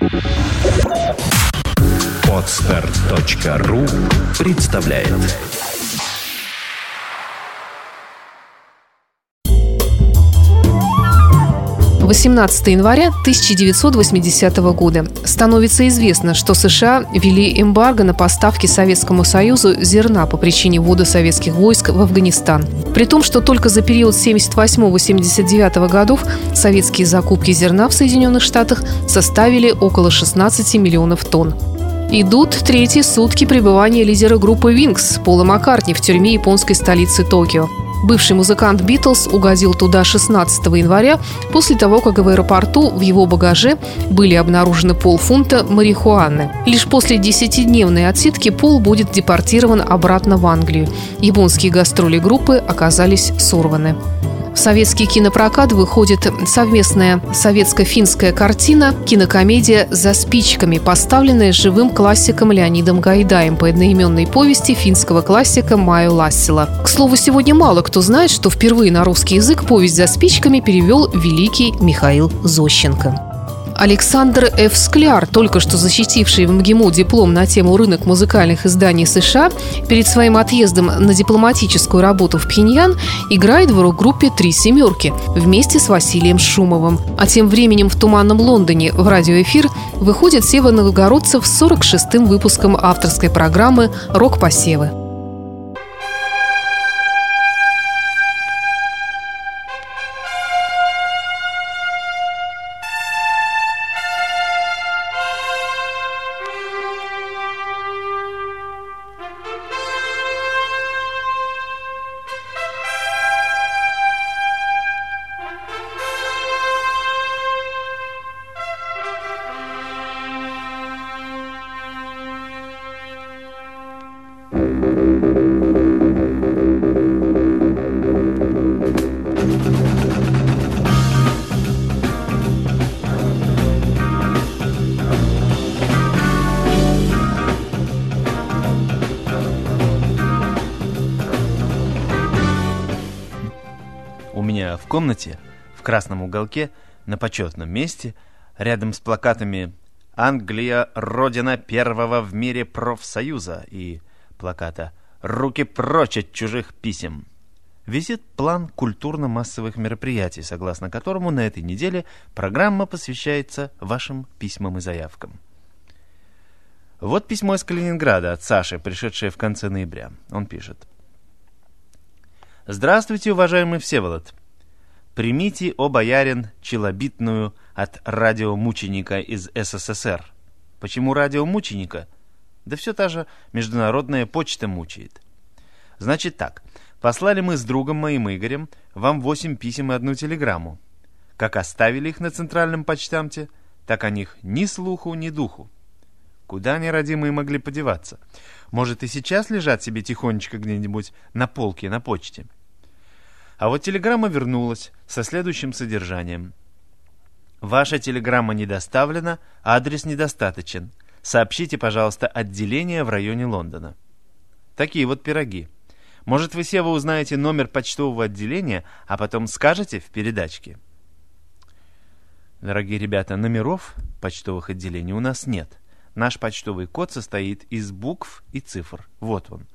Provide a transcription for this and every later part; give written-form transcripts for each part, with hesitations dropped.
Podster.ru представляет. 18 января 1980 года. Становится известно, что США ввели эмбарго на поставки Советскому Союзу зерна по причине ввода советских войск в Афганистан. При том, что только за период 1978-1979 годов советские закупки зерна в Соединенных Штатах составили около 16 миллионов тонн. Идут третьи сутки пребывания лидера группы Wings Пола Маккартни в тюрьме японской столицы Токио. Бывший музыкант Битлз угодил туда 16 января после того, как в аэропорту в его багаже были обнаружены полфунта марихуаны. Лишь после 10-дневной отсидки Пол будет депортирован обратно в Англию. Японские гастроли группы оказались сорваны. В советский кинопрокат выходит совместная советско-финская картина «Кинокомедия «За спичками», поставленная живым классиком Леонидом Гайдаем по одноименной повести финского классика Майо Лассила. К слову, сегодня мало кто знает, что впервые на русский язык повесть «За спичками» перевел великий Михаил Зощенко. Александр Ф. Скляр, только что защитивший в МГИМО диплом на тему «Рынок музыкальных изданий США», перед своим отъездом на дипломатическую работу в Пхеньян играет в рок-группе «Три семерки» вместе с Василием Шумовым. А тем временем в туманном Лондоне в радиоэфир выходит Сева Новгородцев с 46-м выпуском авторской программы «Рок-посевы». У меня в комнате, в красном уголке, на почетном месте, рядом с плакатами «Англия – родина первого в мире профсоюза» и плаката «Руки прочь от чужих писем», висит план культурно-массовых мероприятий, согласно которому на этой неделе программа посвящается вашим письмам и заявкам. Вот письмо из Калининграда от Саши, пришедшее в конце ноября. Он пишет: «Здравствуйте, уважаемый Всеволод. Примите, о боярин, челобитную от радиомученика из СССР». Почему радиомученика? Да все та же международная почта мучает. Значит так, послали мы с другом моим Игорем вам 8 писем и 1 телеграмму. Как оставили их на центральном почтамте, так о них ни слуху, ни духу. Куда они, родимые, могли подеваться? Может, и сейчас лежат себе тихонечко где-нибудь на полке на почте? А вот телеграмма вернулась со следующим содержанием. Ваша телеграмма не доставлена, адрес недостаточен. Сообщите, пожалуйста, отделение в районе Лондона. Такие вот пироги. Может, вы, Сева, узнаете номер почтового отделения, а потом скажете в передачке? Дорогие ребята, номеров почтовых отделений у нас нет. Наш почтовый код состоит из букв и цифр. Вот он.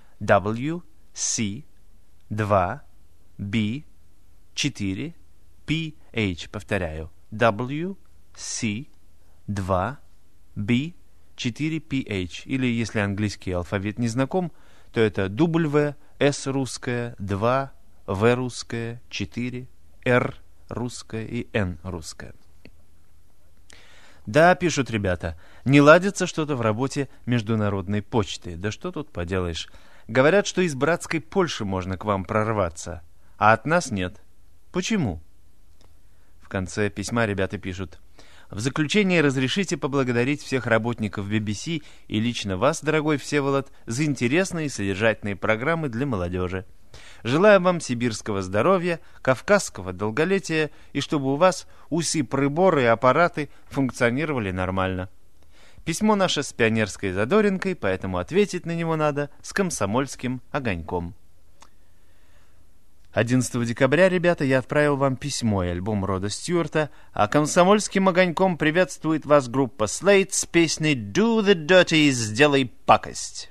WC 2 B 4 PH. Повторяю. WC 2 B 4 PH. Или, если английский алфавит не знаком, то это W S русская, 2 V русская, 4 R русская и N русская. Да, пишут ребята, не ладится что-то в работе международной почты. Да что тут поделаешь. Говорят, что из братской Польши можно к вам прорваться, а от нас нет. Почему? В конце письма ребята пишут: в заключение разрешите поблагодарить всех работников BBC и лично вас, дорогой Всеволод, за интересные и содержательные программы для молодежи. Желаю вам сибирского здоровья, кавказского долголетия и чтобы у вас усы, приборы и аппараты функционировали нормально. Письмо наше с пионерской задоринкой, поэтому ответить на него надо с комсомольским огоньком. 11 декабря, ребята, я отправил вам письмо и альбом Рода Стюарта, а комсомольским огоньком приветствует вас группа Slade с песней «Do the Dirty» «Сделай пакость».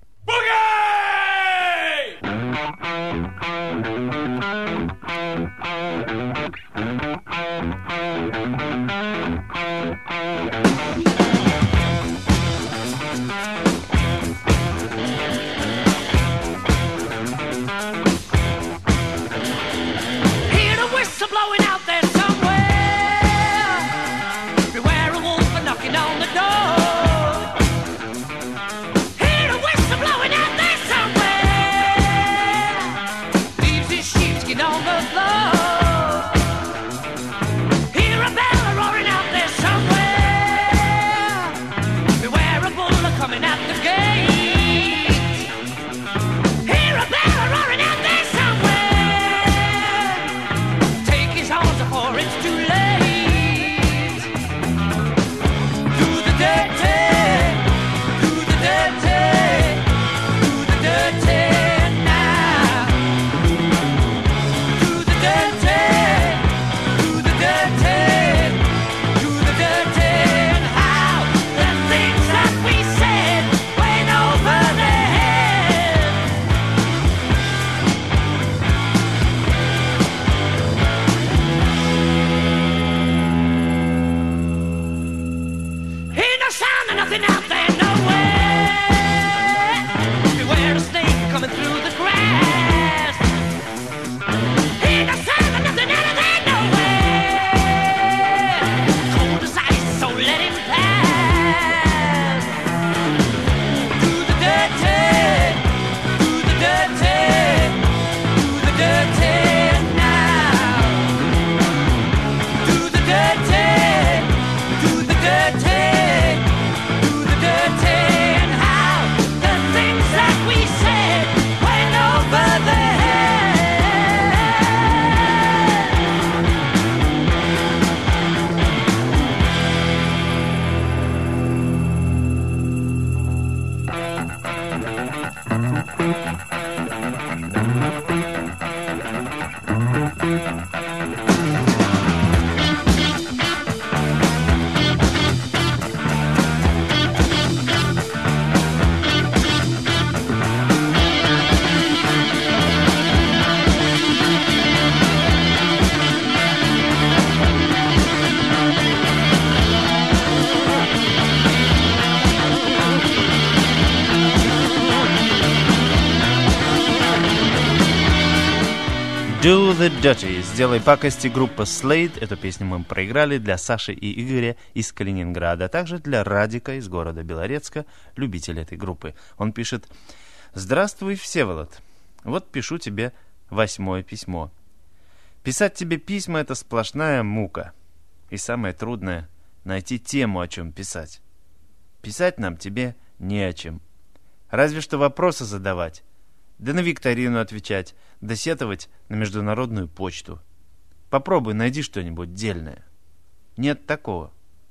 «Do the Dirty» «Сделай пакости» группа Slade. Эту песню мы проиграли для Саши и Игоря из Калининграда, а также для Радика из города Белорецка, любителя этой группы. Он пишет: «Здравствуй, Всеволод. Вот пишу тебе 8-е письмо. Писать тебе письма — это сплошная мука. И самое трудное — найти тему, о чем писать. Писать нам тебе не о чем. Разве что вопросы задавать, да на викторину отвечать, да сетовать на международную почту. Попробуй, найди что-нибудь дельное. Нет такого».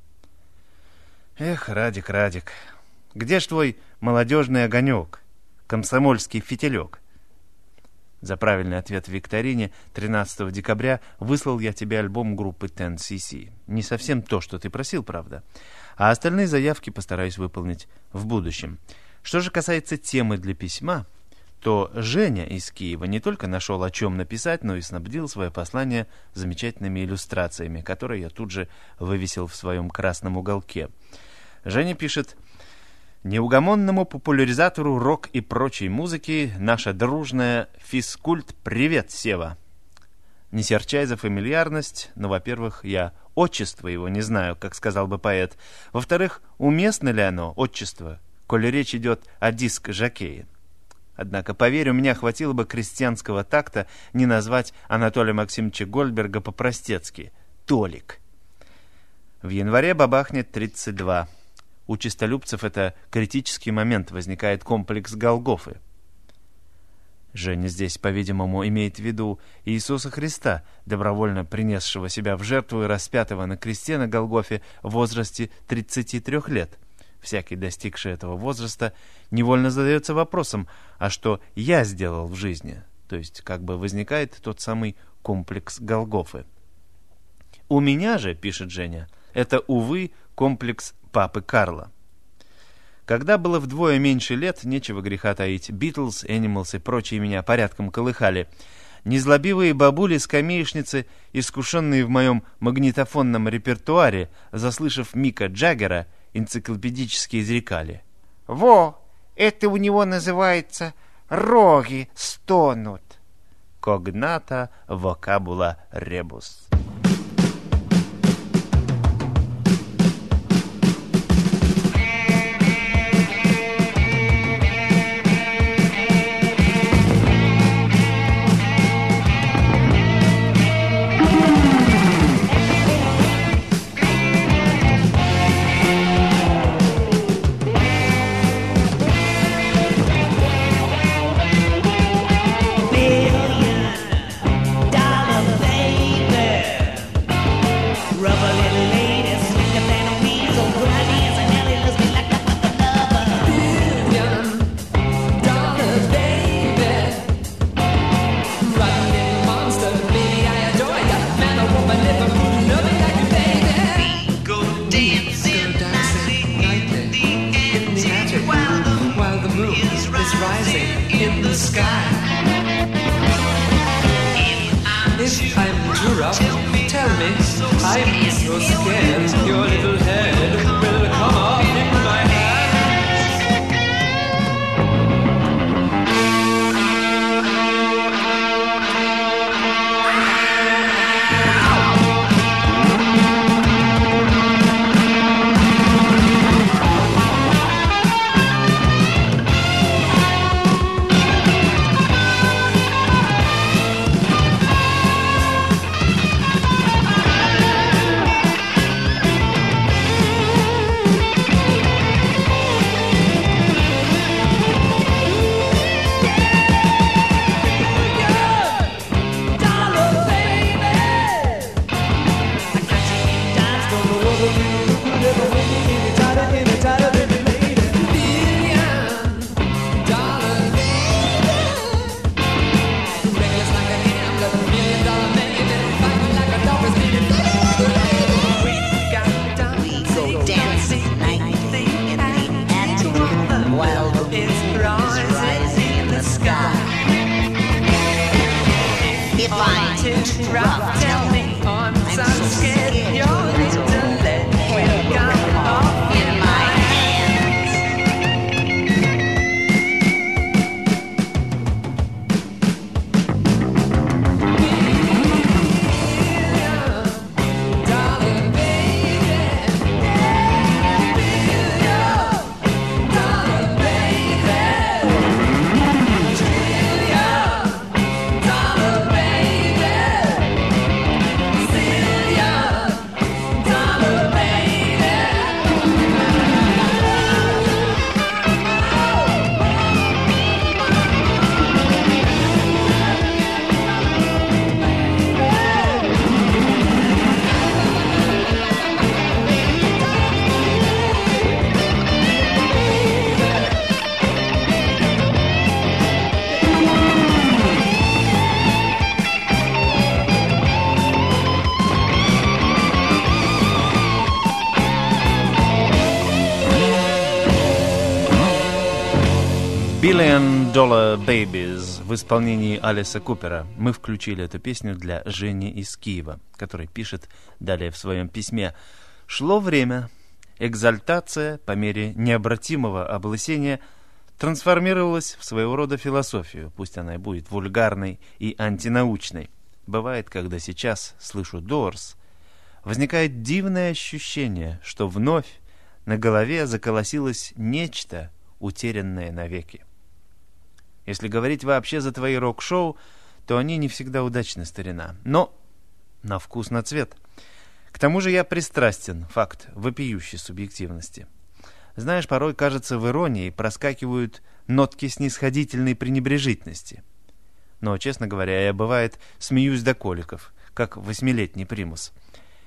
Эх, Радик, Радик, где ж твой молодежный огонек, комсомольский фитилек? За правильный ответ в викторине 13 декабря выслал я тебе альбом группы 10cc. Не совсем то, что ты просил, правда. А остальные заявки постараюсь выполнить в будущем. Что же касается темы для письма, то Женя из Киева не только нашел, о чем написать, но и снабдил свое послание замечательными иллюстрациями, которые я тут же вывесил в своем красном уголке. Женя пишет: «Неугомонному популяризатору рок и прочей музыки наша дружная физкульт привет, Сева. Не серчай за фамильярность, но, во-первых, я отчество его не знаю, как сказал бы поэт. Во-вторых, уместно ли оно, отчество, коли речь идет о диск-жокее? Однако, поверь, у меня хватило бы крестьянского такта не назвать Анатолия Максимовича Гольдберга по-простецки — Толик. В январе бабахнет 32. У чистолюбцев это критический момент, возникает комплекс Голгофы». Женя здесь, по-видимому, имеет в виду Иисуса Христа, добровольно принесшего себя в жертву и распятого на кресте на Голгофе в возрасте 33 лет. Всякий, достигший этого возраста, невольно задается вопросом: а что я сделал в жизни? То есть как бы возникает тот самый комплекс Голгофы. У меня же, пишет Женя, это, увы, комплекс папы Карла. Когда было вдвое меньше лет, нечего греха таить, Битлз, Энималс и прочие меня порядком колыхали. Незлобивые бабули-скамеечницы, искушенные в моем магнитофонном репертуаре, заслышав Мика Джаггера, энциклопедически изрекали: «Во, это у него называется роги стонут». Когната вокабула ребус. If I'm too rough, tell me. I'm so scared your little head will come off in my hand. Tell me I'm so scared your little head will come off in my Billion Dollar Babies в исполнении Алиса Купера. Мы включили эту песню для Жени из Киева, который пишет далее в своем письме: «Шло время. Экзальтация по мере необратимого облысения трансформировалась в своего рода философию, пусть она и будет вульгарной и антинаучной. Бывает, когда сейчас слышу Doors, возникает дивное ощущение, что вновь на голове заколосилось нечто, утерянное навеки. Если говорить вообще за твои рок-шоу, то они не всегда удачны, старина. Но на вкус, на цвет. К тому же я пристрастен, факт вопиющей субъективности. Знаешь, порой, кажется, в иронии проскакивают нотки снисходительной пренебрежительности. Но, честно говоря, я, бывает, смеюсь до коликов, как 8-летний примус.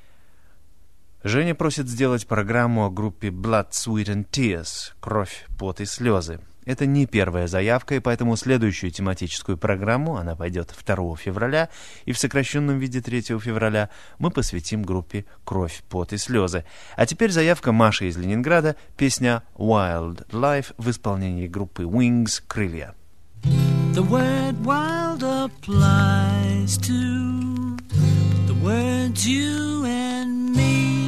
Женя просит сделать программу о группе Blood, Sweat and Tears — «Кровь, пот и слезы». Это не первая заявка, и поэтому следующую тематическую программу, она пойдет 2 февраля, и в сокращенном виде 3 февраля, мы посвятим группе «Кровь, пот и слезы». А теперь заявка Маши из Ленинграда, песня «Wild Life» в исполнении группы Wings «Крылья». The word wild applies to the words you and me.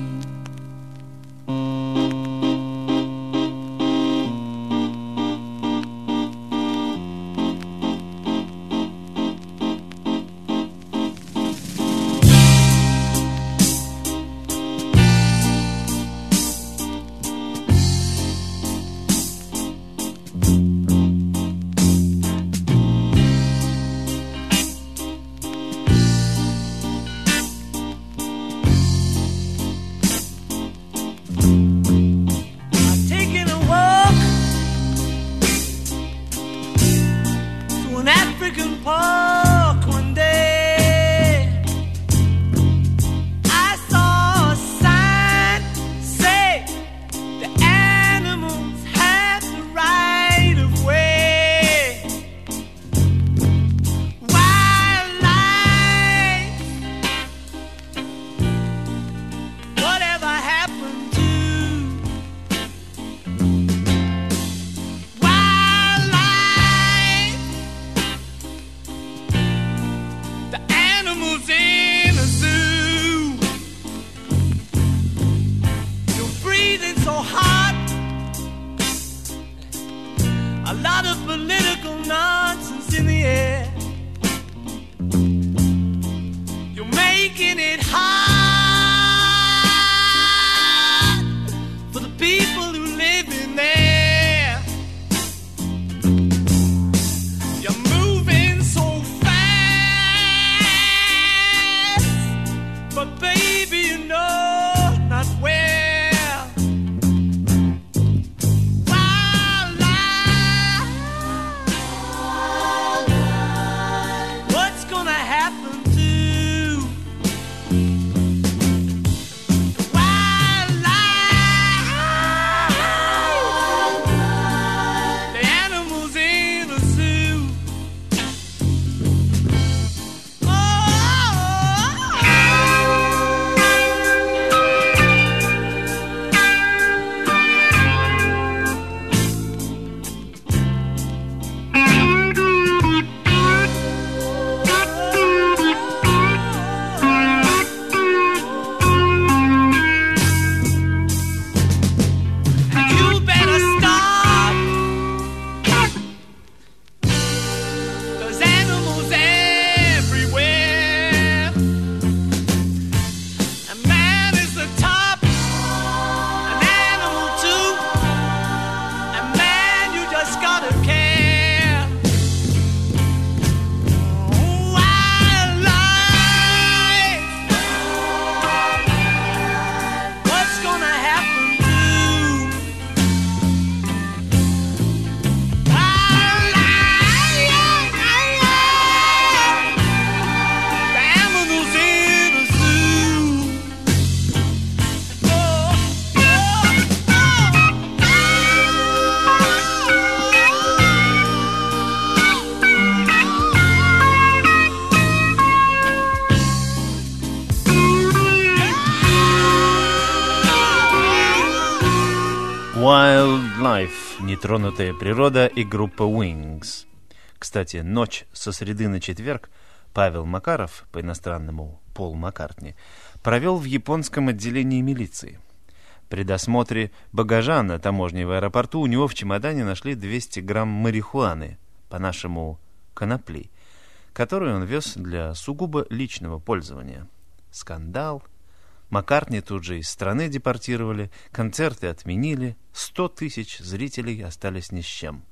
Wildlife, нетронутая природа и группа Wings. Кстати, ночь со среды на четверг Павел Макаров, по-иностранному Пол Маккартни, провел в японском отделении милиции. При досмотре багажа на таможне в аэропорту у него в чемодане нашли 200 грамм марихуаны, по-нашему конопли, которую он вез для сугубо личного пользования. Скандал. Маккартни тут же из страны депортировали, концерты отменили, 100 тысяч зрителей остались ни с чем.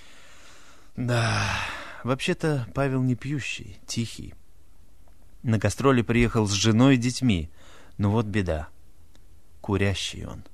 Да, вообще-то Павел не пьющий, тихий. На гастроли приехал с женой и детьми, но вот беда. Курящий он.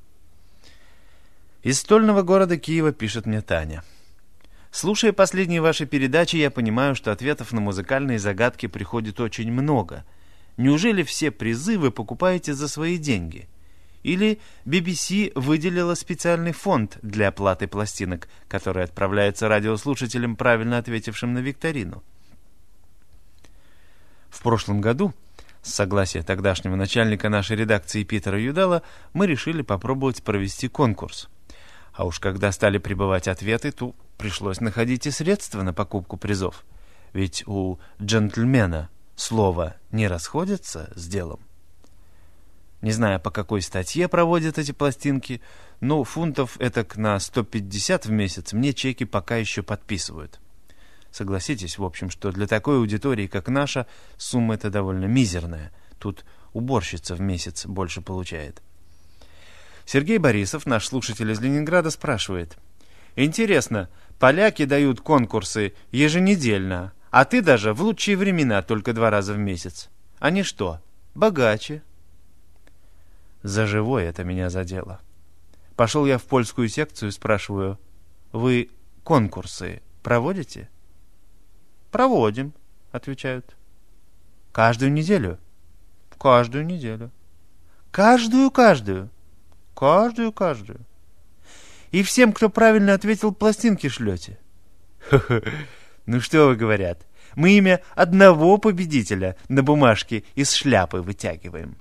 Из стольного города Киева пишет мне Таня. Слушая последние ваши передачи, я понимаю, что ответов на музыкальные загадки приходит очень много. Неужели все призы вы покупаете за свои деньги? Или BBC выделила специальный фонд для оплаты пластинок, который отправляется радиослушателям, правильно ответившим на викторину. В прошлом году, с согласия тогдашнего начальника нашей редакции Питера Юдала, мы решили попробовать провести конкурс. А уж когда стали прибывать ответы, то пришлось находить и средства на покупку призов. Ведь у джентльмена слово не расходится с делом. Не знаю, по какой статье проводят эти пластинки, но фунтов этак на 150 в месяц мне чеки пока еще подписывают. Согласитесь, в общем, что для такой аудитории, как наша, сумма эта довольно мизерная. Тут уборщица в месяц больше получает. Сергей Борисов, наш слушатель из Ленинграда, спрашивает. Интересно, поляки дают конкурсы еженедельно, а ты даже в лучшие времена только 2 раза в месяц. Они что, богаче? За живое это меня задело. Пошел я в польскую секцию, спрашиваю, вы конкурсы проводите? Проводим, отвечают. Каждую неделю? Каждую неделю. Каждую? Каждую. И всем, кто правильно ответил, пластинки шлете? Ну что вы, говорят, мы имя одного победителя на бумажке из шляпы вытягиваем.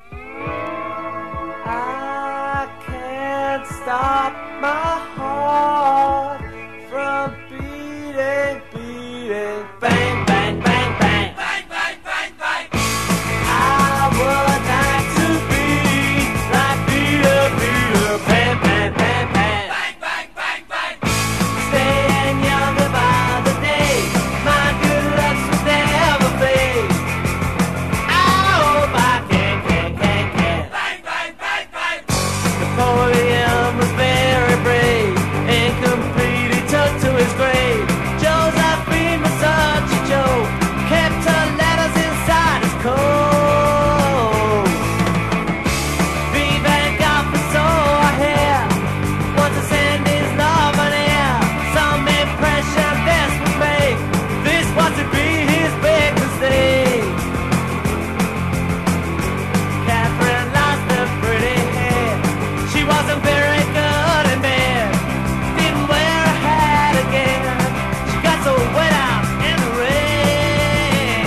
Stop my heart from beating, bang, bang, bang, bang, bang, bang, bang, bang. I would like to be like Peter, bang, bang, bang, bang, bang, bang, bang, bang. Staying younger by the day, my good looks will never fade. I hope I can, bang, bang, bang, bang, bang. Napoleon was very brave and completely took to his grave. Josephine was such a joke, kept her letters inside his coat. V. Van Gogh was so hair, wants to send his love an air. Some impression this would make, this was to be his big mistake. Catherine lost her pretty hair, she wasn't very good in bed, didn't wear a hat again, she got so wet out in the rain.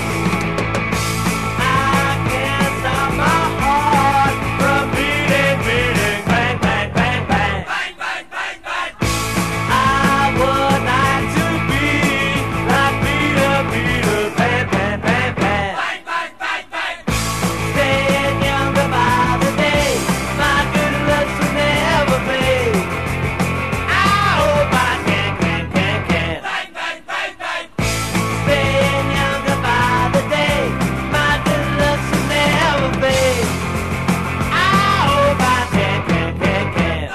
I can't stop my heart from beating, bang, bang, bang, bang, bang, bang, bang, bang. I would like to be like Peter, bang, bang, bang, bang, bang, bang, bang, bang. Staying younger by the day, my good looks will never fade. I hope I can, bang, bang, bang, bang, bang. Staying younger by the day, my good looks will never fade. I hope I can, bang, bang, bang,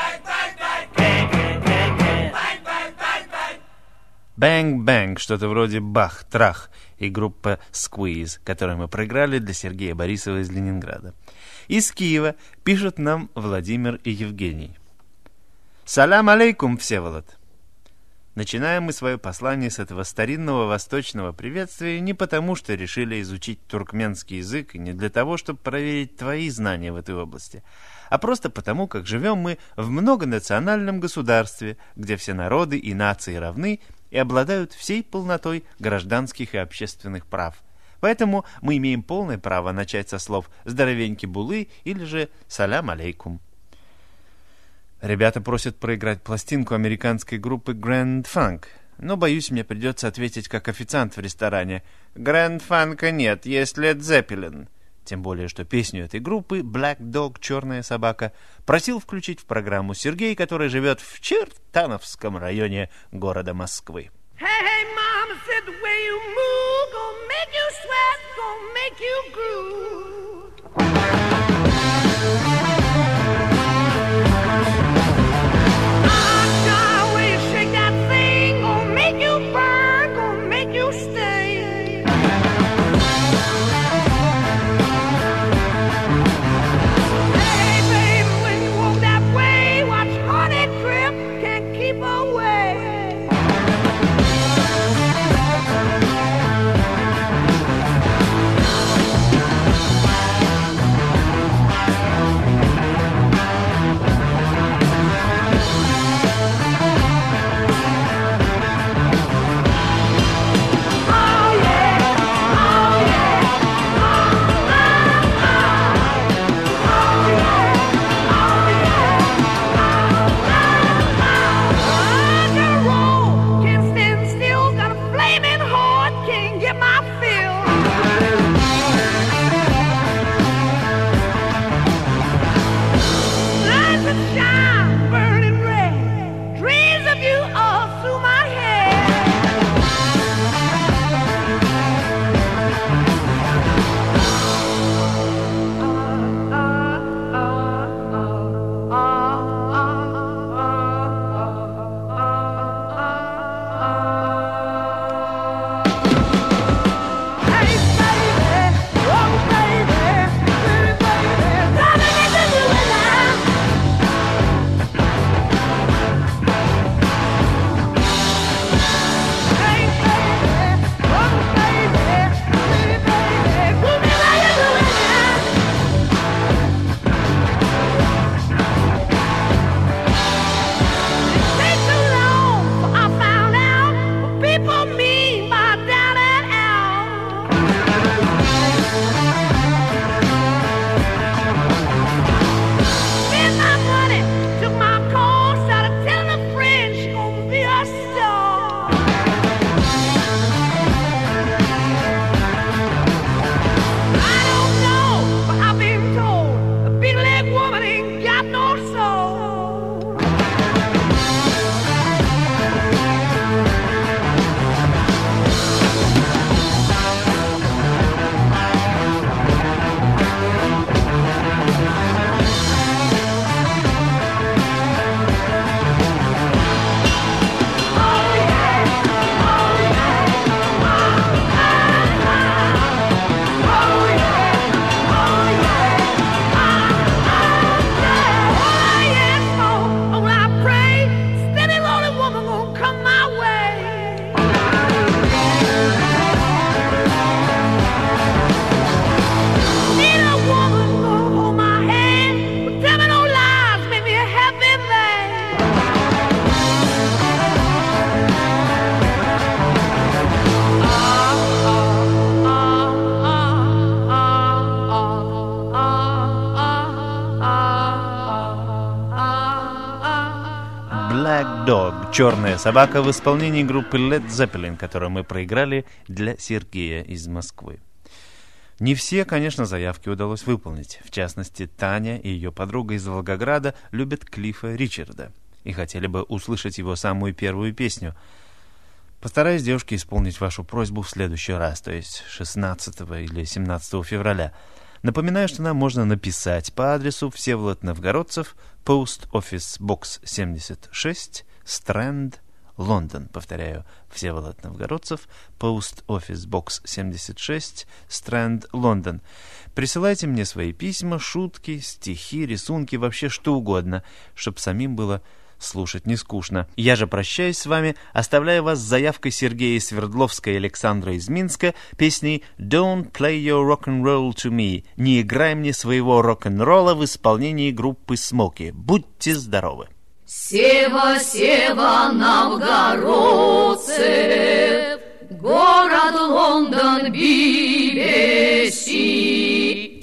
bang. Бэнг-бэнг, что-то вроде бах-трах, и группа Squeeze, которую мы проиграли для Сергея Борисова из Ленинграда. Из Киева пишут нам Владимир и Евгений. Салам алейкум, Всеволод. Начинаем мы свое послание с этого старинного восточного приветствия не потому, что решили изучить туркменский язык, и не для того, чтобы проверить твои знания в этой области, а просто потому, как живем мы в многонациональном государстве, где все народы и нации равны и обладают всей полнотой гражданских и общественных прав. Поэтому мы имеем полное право начать со слов «здоровеньки булы» или же «салям алейкум». Ребята просят проиграть пластинку американской группы Grand Funk, но, боюсь, мне придется ответить как официант в ресторане. Grand Funk'а нет, есть Led Zeppelin. Тем более, что песню этой группы Black Dog, черная собака, просил включить в программу Сергей, который живет в Чертановском районе города Москвы. Hey, hey, mama said the way you move gonna make you sweat, gonna make you groove. The way you shake that thing gonna make you burn, gonna make you stay. Hey, baby, when you walk that way, watch honey drip, can't keep away. shine burning red. Dreams of you all through my head. Hey baby, oh baby, pretty baby, gotta get to do it now. Hey baby, oh baby, pretty baby, put me where you do it now. It takes too long, for I found out what people mean by down and out. Spent my money, took my call, started telling a friend she gon' be a star. I don't know, but I've been told a big leg woman ain't got no soul. Black Dog, черная собака в исполнении группы Led Zeppelin, которую мы проиграли для Сергея из Москвы. Не все, конечно, заявки удалось выполнить. В частности, Таня и ее подруга из Волгограда любят Клиффа Ричарда и хотели бы услышать его самую первую песню. Постараюсь, девушки, исполнить вашу просьбу в следующий раз, то есть 16 или 17 февраля. Напоминаю, что нам можно написать по адресу Всеволод Новгородцев, Post Office Box 76, Strand, Лондон. Повторяю, Всеволод Новгородцев, Post Office Box 76, Strand, Лондон. Присылайте мне свои письма, шутки, стихи, рисунки, вообще что угодно, чтобы самим было слушать не скучно. Я же прощаюсь с вами, оставляю вас с заявкой Сергея Свердловской и Александра из Минска песней «Don't play your rock'n'roll to me» «Не играй мне своего рок-н-ролла» в исполнении группы «Смоки». Будьте здоровы! Сева, Сева, новгородцы, город Лондон, BBC.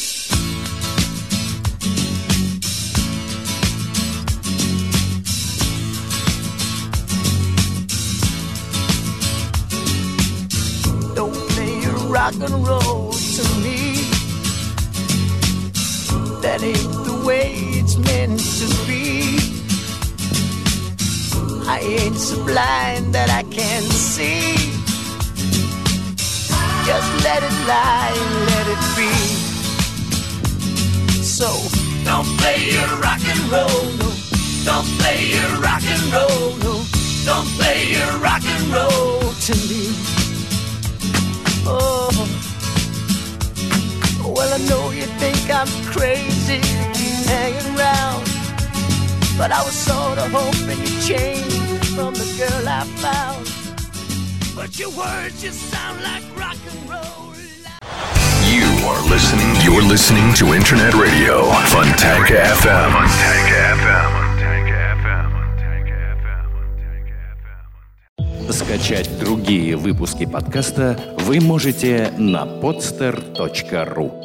Don't play your rock and roll to me. That ain't the way it's meant to be. I ain't so blind that I can't see. Just let it lie and let it be. So don't play your rock and roll, no. Don't play your rock and roll, no. Don't play your rock and roll to me. Oh, well, I know you think I'm crazy to keep hanging around, but I was sort of hoping you'd change from the girl I found. But your words just sound like rock and roll. You're listening to Internet Radio Fontanka FM. Скачать другие выпуски подкаста вы можете на podster.ru.